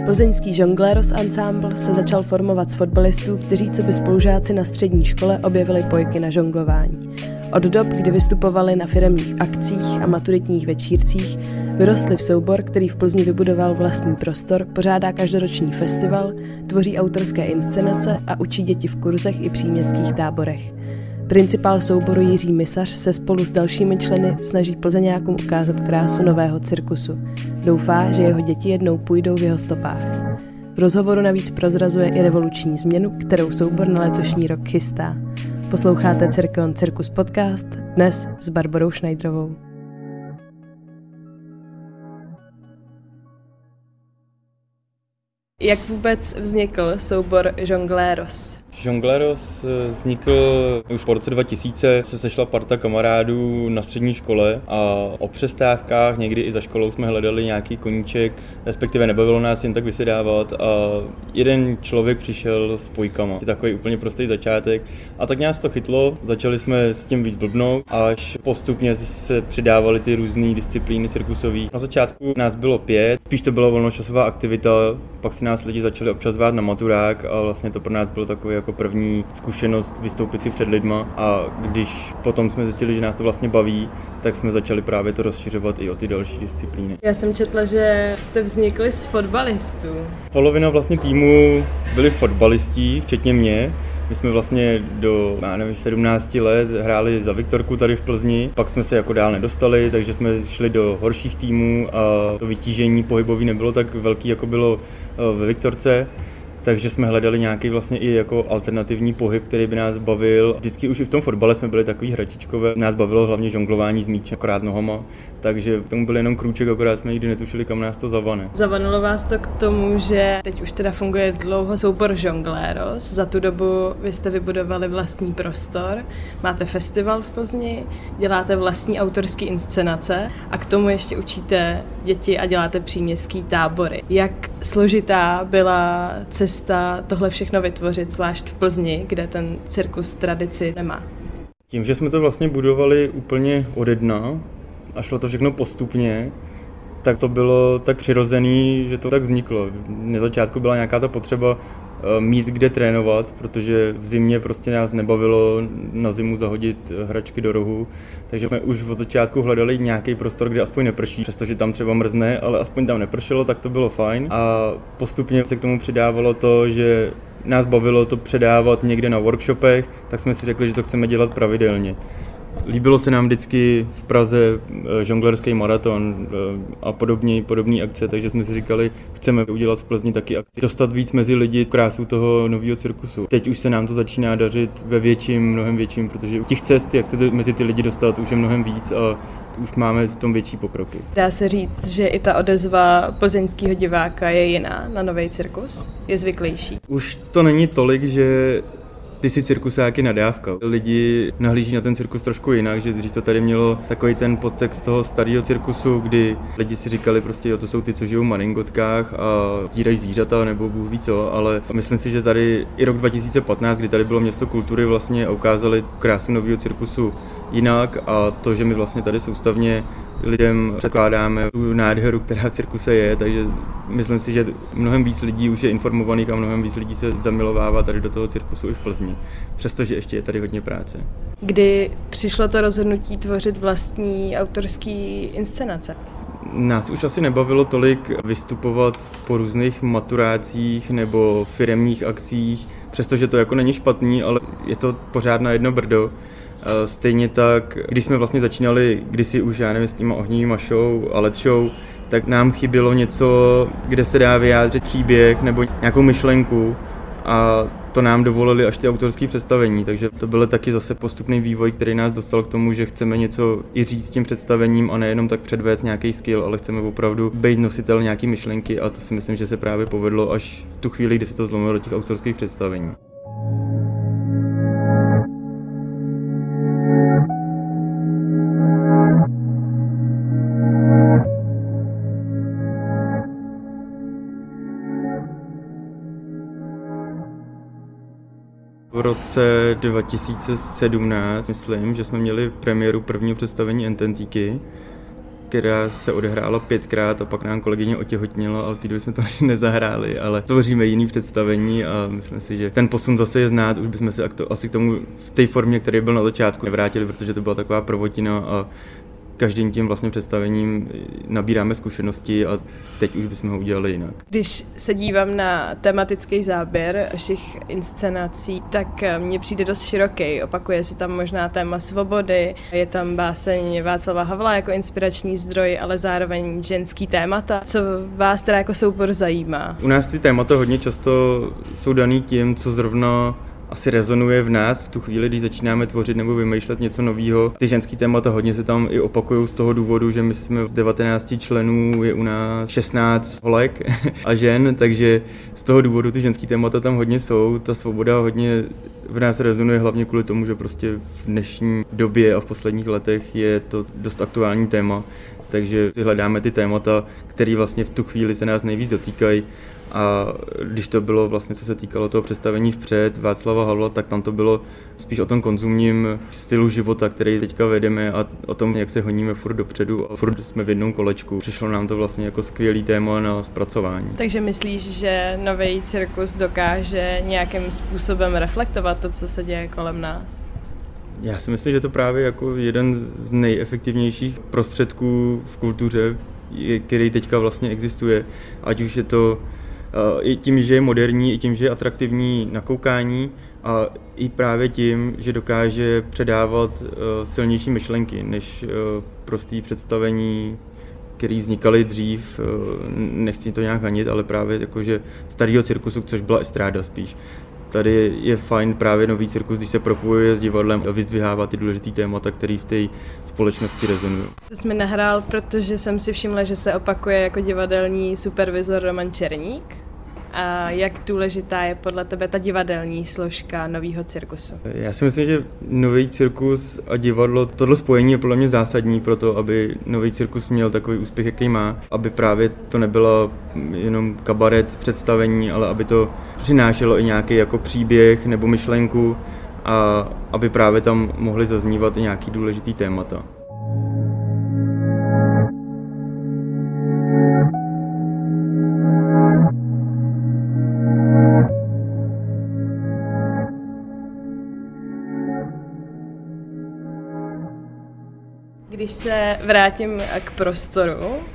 Plzeňský Žongléros Ensemble se začal formovat z fotbalistů, kteří coby spolužáci na střední škole objevili pojky na žonglování. Od dob, kdy vystupovali na firemních akcích a maturitních večírcích, vyrostli v soubor, který v Plzni vybudoval vlastní prostor, pořádá každoroční festival, tvoří autorské inscenace a učí děti v kurzech i příměstských táborech. Principál souboru Jiří Misař se spolu s dalšími členy snaží Plzeňákům ukázat krásu nového cirkusu. Doufá, že jeho děti jednou půjdou v jeho stopách. V rozhovoru navíc prozrazuje i revoluční změnu, kterou soubor na letošní rok chystá. Posloucháte Cirkeon Cirkus podcast, dnes s Barborou Schneiderovou. Jak vůbec vznikl soubor Žongléros? Žongléros vznikl už po roce 2000, se sešla parta kamarádů na střední škole a o přestávkách někdy i za školou jsme hledali nějaký koníček, respektive nebavilo nás jen tak vysedávat a jeden člověk přišel s pojkama. Je takový úplně prostý začátek a tak nás to chytlo, začali jsme s tím víc blbnout, až postupně se přidávaly ty různé disciplíny cirkusové. Na začátku nás bylo 5, spíš to byla volnočasová aktivita, pak si nás lidi začali občas zvát na maturák a vlastně to pro nás bylo takový jako první zkušenost vystoupit si před lidma a když potom jsme zjistili, že nás to vlastně baví, tak jsme začali právě to rozšiřovat i o ty další disciplíny. Já jsem četla, že jste vznikli z fotbalistů. Polovina vlastně týmu byli fotbalisti, včetně mě. My jsme vlastně do 17 let hráli za Viktorku tady v Plzni, pak jsme se jako dál nedostali, takže jsme šli do horších týmů a to vytížení pohybový nebylo tak velký, jako bylo ve Viktorce. Takže jsme hledali nějaký vlastně i jako alternativní pohyb, který by nás bavil. Vždycky už i v tom fotbale jsme byli takový hračičkové. Nás bavilo hlavně žonglování s míčem, akorát nohama. Takže k tomu byl jenom krůček, akorát jsme nikdy netušili, kam nás to zavane. Zavanilo vás to k tomu, že teď už teda funguje dlouho soubor Žongléros. Za tu dobu vy jste vybudovali vlastní prostor, máte festival v Plzni, děláte vlastní autorské inscenace a k tomu ještě učíte děti a děláte příměstský tábory. Jak složitá byla cesta tohle všechno vytvořit, zvlášť v Plzni, kde ten cirkus tradici nemá? Tím, že jsme to vlastně budovali úplně ode dna a šlo to všechno postupně, tak to bylo tak přirozený, že to tak vzniklo. Na začátku byla nějaká ta potřeba mít kde trénovat, protože v zimě prostě nás nebavilo na zimu zahodit hračky do rohu, takže jsme už od začátku hledali nějaký prostor, kde aspoň neprší, přestože tam třeba mrzne, ale aspoň tam nepršelo, tak to bylo fajn. A postupně se k tomu přidávalo to, že nás bavilo to předávat někde na workshopech, tak jsme si řekli, že to chceme dělat pravidelně. Líbilo se nám vždycky v Praze žonglerský maraton a podobné akce, takže jsme si říkali, chceme udělat v Plzni taky akci. Dostat víc mezi lidi krásu toho nového cirkusu. Teď už se nám to začíná dařit ve větším, mnohem větším, protože těch cest, jak to mezi ty lidi dostat, už je mnohem víc a už máme v tom větší pokroky. Dá se říct, že i ta odezva plzeňského diváka je jiná na nový cirkus? Je zvyklejší? Už to není tolik, že ty si cirkusáky nadávka. Lidi nahlíží na ten cirkus trošku jinak, že dřív to tady mělo takový ten podtext toho starého cirkusu, kdy lidi si říkali prostě, jo, to jsou ty, co žijou v maringotkách a týrají zvířata nebo Bůh ví co, ale myslím si, že tady i rok 2015, kdy tady bylo město kultury, vlastně ukázali krásu nového cirkusu jinak a to, že my vlastně tady soustavně lidem předkládáme tu nádheru, která v cirkuse je, takže myslím si, že mnohem víc lidí už je informovaných a mnohem víc lidí se zamilovává tady do toho cirkusu i v Plzni, přestože ještě je tady hodně práce. Kdy přišlo to rozhodnutí tvořit vlastní autorský inscenace? Nás už asi nebavilo tolik vystupovat po různých maturácích nebo firemních akcích, přestože to jako není špatný, ale je to pořád na jedno brdo. Stejně tak, když jsme vlastně začínali kdysi už, já nevím, s těma ohnivýma show a LED show, tak nám chybělo něco, kde se dá vyjádřit příběh nebo nějakou myšlenku a to nám dovolili až ty autorské představení, takže to byl taky zase postupný vývoj, který nás dostal k tomu, že chceme něco i říct s tím představením a nejenom tak předvést nějaký skill, ale chceme opravdu být nositel nějaký myšlenky a to si myslím, že se právě povedlo až v tu chvíli, kdy se to zlomilo do těch autorských představení. V roce 2017, myslím, že jsme měli premiéru prvního představení Ententíky která se odehrála 5krát a pak nám kolegyně otěhotněla, ale ty jsme to nezahráli, ale tvoříme jiný představení a myslím si, že ten posun zase je znát, už bychom se asi k tomu v té formě, který byl na začátku, nevrátili, protože to byla taková prvotina a každým tím vlastně představením nabíráme zkušenosti a teď už bychom ho udělali jinak. Když se dívám na tematický záběr všech inscenací, tak mně přijde dost široký. Opakuje se tam možná téma svobody, je tam báseň Václava Havla jako inspirační zdroj, ale zároveň ženský témata. Co vás teda jako soubor zajímá? U nás ty témata hodně často jsou daný tím, co zrovna asi rezonuje v nás v tu chvíli, když začínáme tvořit nebo vymýšlet něco nového. Ty ženský témata hodně se tam i opakují z toho důvodu, že my jsme z 19 členů, je u nás 16 holek a žen, takže z toho důvodu ty ženský témata tam hodně jsou. Ta svoboda hodně v nás rezonuje hlavně kvůli tomu, že prostě v dnešní době a v posledních letech je to dost aktuální téma, takže hledáme ty témata, které vlastně v tu chvíli se nás nejvíc dotýkají. A když to bylo vlastně, co se týkalo toho představení vpřed Václava Havla, tak tam to bylo spíš o tom konzumním stylu života, který teďka vedeme a o tom, jak se honíme furt dopředu a furt jsme v jednom kolečku. Přišlo nám to vlastně jako skvělý téma na zpracování. Takže myslíš, že nový cirkus dokáže nějakým způsobem reflektovat to, co se děje kolem nás? Já si myslím, že to právě jako jeden z nejefektivnějších prostředků v kultuře, který teďka vlastně existuje, ať už je to i tím, že je moderní, i tím, že je atraktivní na koukání a i právě tím, že dokáže předávat silnější myšlenky než prostý představení, které vznikaly dřív, nechci to nějak hanit, ale právě jakože starého cirkusu, což byla estráda spíš. Tady je fajn právě nový cirkus, když se propojuje s divadlem a vyzdvihává ty důležitý témata, které v té společnosti rezonují. To jsi mi nahrál, protože jsem si všimla, že se opakuje jako divadelní supervizor Roman Černík. A jak důležitá je podle tebe ta divadelní složka nového cirkusu? Já si myslím, že nový cirkus a divadlo, tohle spojení je podle mě zásadní pro to, aby nový cirkus měl takový úspěch, jaký má, aby právě to nebylo jenom kabaret představení, ale aby to přinášelo i nějaký jako příběh nebo myšlenku a aby právě tam mohly zaznívat i nějaký důležitý témata. Když se vrátím k prostoru,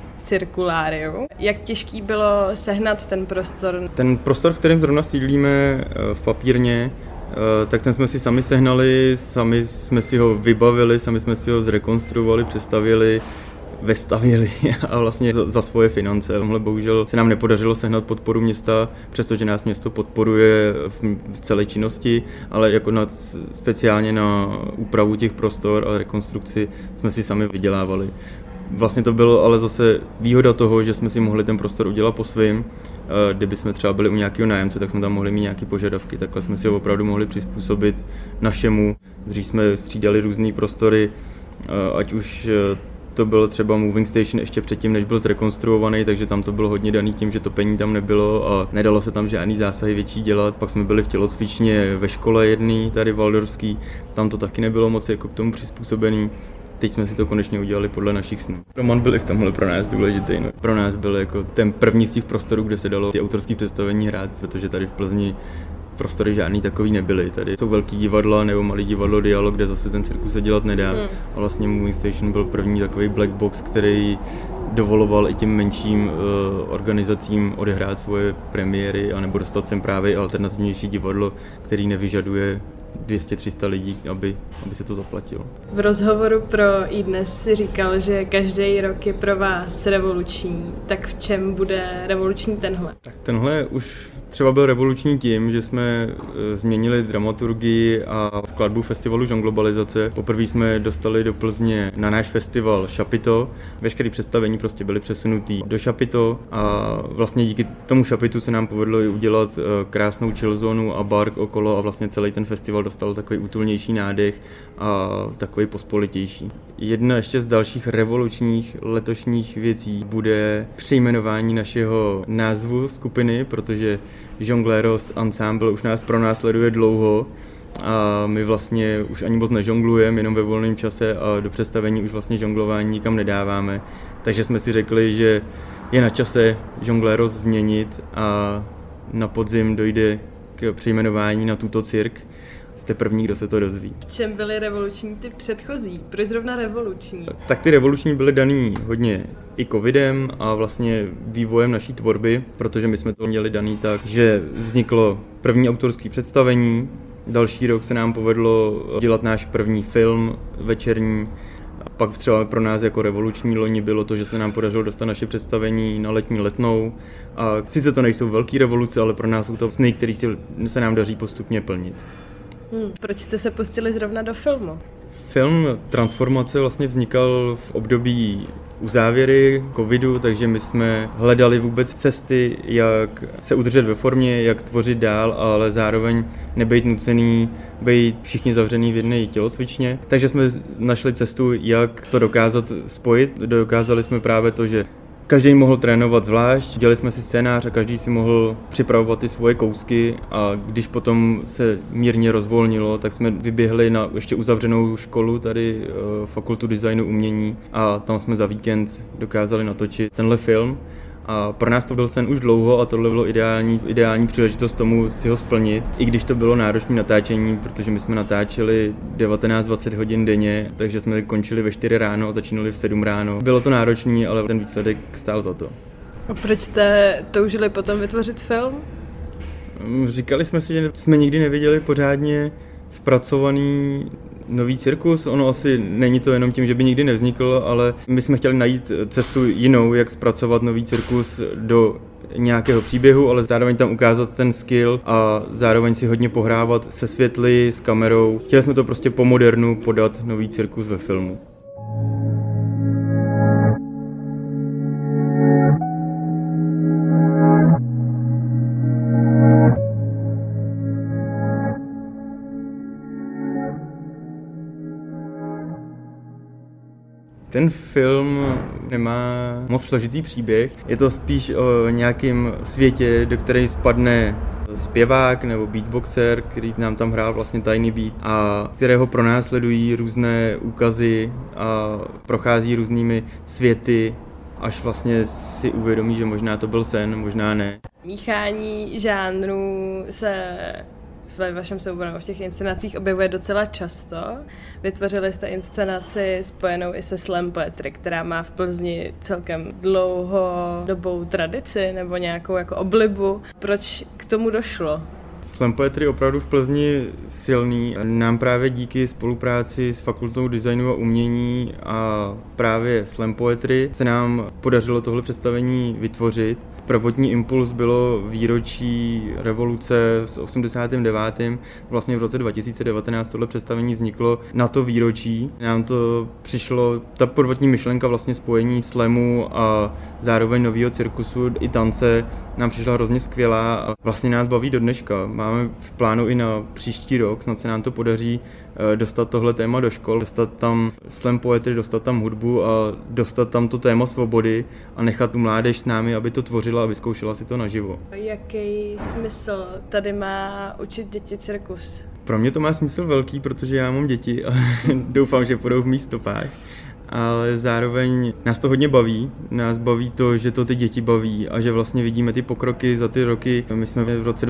cirkuláriu, jak těžký bylo sehnat ten prostor? Ten prostor, v kterém zrovna sídlíme v Papírně, tak ten jsme si sami sehnali, sami jsme si ho vybavili, sami jsme si ho zrekonstruovali, přestavěli, vestavili a vlastně za svoje finance. Tohle bohužel se nám nepodařilo sehnat podporu města, přestože nás město podporuje v celé činnosti, ale jako speciálně na úpravu těch prostor a rekonstrukci jsme si sami vydělávali. Vlastně to bylo ale zase výhoda toho, že jsme si mohli ten prostor udělat po svým. Kdyby jsme třeba byli u nějakého nájemce, tak jsme tam mohli mít nějaké požadavky, takhle jsme si ho opravdu mohli přizpůsobit našemu. Dřív jsme střídali různé prostory, ať už to byl třeba moving station ještě předtím, než byl zrekonstruovaný, takže tam to bylo hodně daný tím, že topení tam nebylo a nedalo se tam žádný zásahy větší dělat. Pak jsme byli v tělocvičně ve škole jedný, tady Valdorský, tam to taky nebylo moc jako k tomu přizpůsobený. Teď jsme si to konečně udělali podle našich snů. Roman byl i v tomhle pro nás důležitý. No. Pro nás byl jako ten první z těch prostorů, kde se dalo ty autorské představení hrát, protože tady v Plzni prostory žádný takový nebyly. Tady jsou velký divadla nebo malý divadlo Dialog, kde zase ten cirkus se dělat nedá. A vlastně Moving Station byl první takový black box, který dovoloval i těm menším organizacím odehrát svoje premiéry anebo dostat sem právě alternativnější divadlo, který nevyžaduje 200-300 lidí, aby se to zaplatilo. V rozhovoru pro iDnes si říkal, že každý rok je pro vás revoluční. Tak v čem bude revoluční tenhle? Tak tenhle už třeba byl revoluční tím, že jsme změnili dramaturgii a skladbu festivalu Žonglobalizace. Poprvé jsme dostali do Plzně na náš festival Šapito. Veškeré představení prostě byly přesunutý do Šapito a vlastně díky tomu Šapitu se nám povedlo i udělat krásnou chillzónu a bar okolo a vlastně celý ten festival dostal takový útulnější nádech a takový pospolitější. Jedna ještě z dalších revolučních letošních věcí bude přejmenování našeho názvu skupiny, protože Jongleros Ensemble už nás pronásleduje dlouho a my vlastně už ani moc nežonglujeme, jenom ve volném čase a do představení už vlastně žonglování nikam nedáváme. Takže jsme si řekli, že je na čase žongléros změnit a na podzim dojde k přejmenování na Tuto Cirk. Jste první, kdo se to dozví. V čem byly revoluční ty předchozí? Proč zrovna revoluční? Tak ty revoluční byly daný hodně i covidem a vlastně vývojem naší tvorby, protože my jsme to měli daný tak, že vzniklo první autorské představení, další rok se nám povedlo dělat náš první film večerní. Pak třeba pro nás jako revoluční loni bylo to, že se nám podařilo dostat naše představení na letní Letnou. A sice to nejsou velké revoluce, ale pro nás jsou to sny, které se nám daří postupně plnit. Proč jste se pustili zrovna do filmu? Film Transformace vlastně vznikal v období uzávěry covidu, takže my jsme hledali vůbec cesty, jak se udržet ve formě, jak tvořit dál, ale zároveň nebejt nucený být všichni zavřený v jedné tělocvičně. Takže jsme našli cestu, jak to dokázat spojit. Dokázali jsme právě to, že každý mohl trénovat zvlášť, dělali jsme si scénář a každý si mohl připravovat ty svoje kousky a když potom se mírně rozvolnilo, tak jsme vyběhli na ještě uzavřenou školu tady Fakultu designu umění a tam jsme za víkend dokázali natočit tenhle film. A pro nás to byl sen už dlouho a tohle bylo ideální příležitost tomu si ho splnit, i když to bylo náročné natáčení, protože my jsme natáčeli 19-20 hodin denně, takže jsme končili ve 4 ráno a začínali v 7 ráno. Bylo to náročné, ale ten výsledek stál za to. A proč jste toužili potom vytvořit film? Říkali jsme si, že jsme nikdy neviděli pořádně zpracovaný nový cirkus. Ono asi není to jenom tím, že by nikdy nevznikl, ale my jsme chtěli najít cestu jinou, jak zpracovat nový cirkus do nějakého příběhu, ale zároveň tam ukázat ten skill a zároveň si hodně pohrávat se světly, s kamerou. Chtěli jsme to prostě po modernu podat nový cirkus ve filmu. Ten film nemá moc složitý příběh, je to spíš o nějakém světě, do které spadne zpěvák nebo beatboxer, který nám tam hrál vlastně tajný beat a kterého pronásledují různé úkazy a prochází různými světy, až vlastně si uvědomí, že možná to byl sen, možná ne. Míchání žánrů se ve vašem souboru v těch inscenacích objevuje docela často. Vytvořili jste inscenaci spojenou i se slam poetry, která má v Plzni celkem dlouhodobou tradici nebo nějakou jako oblibu. Proč k tomu došlo? Slam poetry opravdu v Plzni silný. Nám právě díky spolupráci s Fakultou designu a umění a právě slam poetry se nám podařilo tohle představení vytvořit. Prvotní impuls bylo výročí revoluce s 89. Vlastně v roce 2019 tohle představení vzniklo na to výročí. Nám to přišlo, ta prvotní myšlenka vlastně spojení slamu a zároveň nového cirkusu i tance nám přišla hrozně skvělá a vlastně nás baví do dneška. Máme v plánu i na příští rok, snad se nám to podaří dostat tohle téma do škol, dostat tam slam poetry, dostat tam hudbu a dostat tam to téma svobody a nechat tu mládež s námi, aby to tvořila a vyzkoušela si to naživo. Jaký smysl tady má učit děti cirkus? Pro mě to má smysl velký, protože já mám děti a doufám, že půjdou v mých stopách. Ale zároveň nás to hodně baví. Nás baví to, že to ty děti baví a že vlastně vidíme ty pokroky za ty roky. My jsme v roce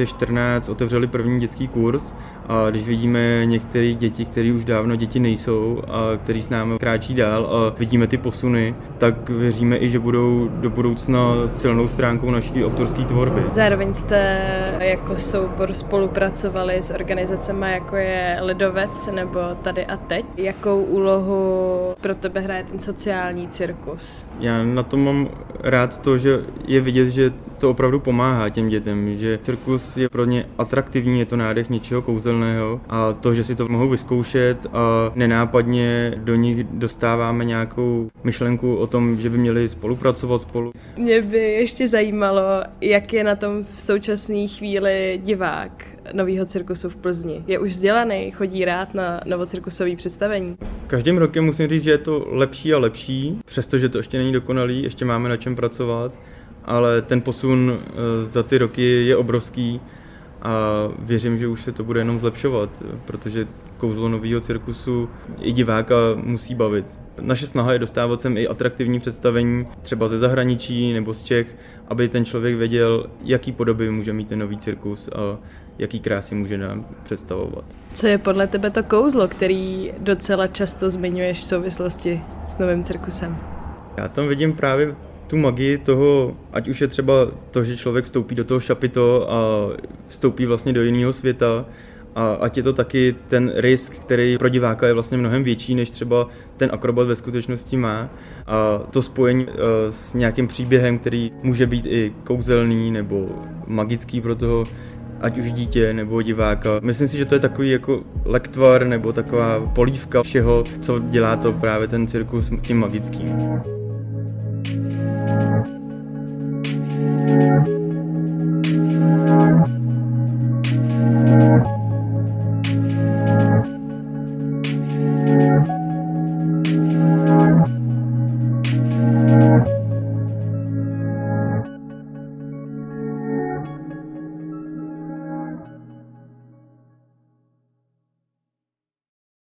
2014 otevřeli první dětský kurz a když vidíme některé děti, které už dávno děti nejsou a který s námi kráčí dál a vidíme ty posuny, tak věříme i, že budou do budoucna silnou stránkou naší autorské tvorby. Zároveň jste jako soubor spolupracovali s organizacemi jako je Lidovec nebo Tady a teď. Jakou úlohu pro tebe hraje ten sociální cirkus? Já na tom mám rád to, že je vidět, že to opravdu pomáhá těm dětem, že cirkus je pro ně atraktivní, je to nádech něčeho kouzelného a to, že si to mohou vyzkoušet a nenápadně do nich dostáváme nějakou myšlenku o tom, že by měli spolupracovat spolu. Mě by ještě zajímalo, jak je na tom v současné chvíli divák nového cirkusu v Plzni. Je už vzdělaný, chodí rád na novocirkusové představení? Každým rokem musím říct, že je to lepší a lepší, přestože to ještě není dokonalý, ještě máme na čem pracovat, ale ten posun za ty roky je obrovský a věřím, že už se to bude jenom zlepšovat, protože kouzlo nového cirkusu i diváka musí bavit. Naše snaha je dostávat sem i atraktivní představení, třeba ze zahraničí nebo z Čech, aby ten člověk věděl, jaký podoby může mít ten nový cirkus a jaký krásy může nám představovat. Co je podle tebe to kouzlo, který docela často zmiňuješ v souvislosti s novým cirkusem? Já tam vidím právě tu magii toho, ať už je třeba to, že člověk vstoupí do toho šapito a vstoupí vlastně do jiného světa, a ať je to taky ten risk, který pro diváka je vlastně mnohem větší, než třeba ten akrobat ve skutečnosti má. A to spojení s nějakým příběhem, který může být i kouzelný nebo magický pro toho, ať už dítě nebo diváka. Myslím si, že to je takový jako lektvar nebo taková polívka všeho, co dělá to právě ten cirkus tím magickým.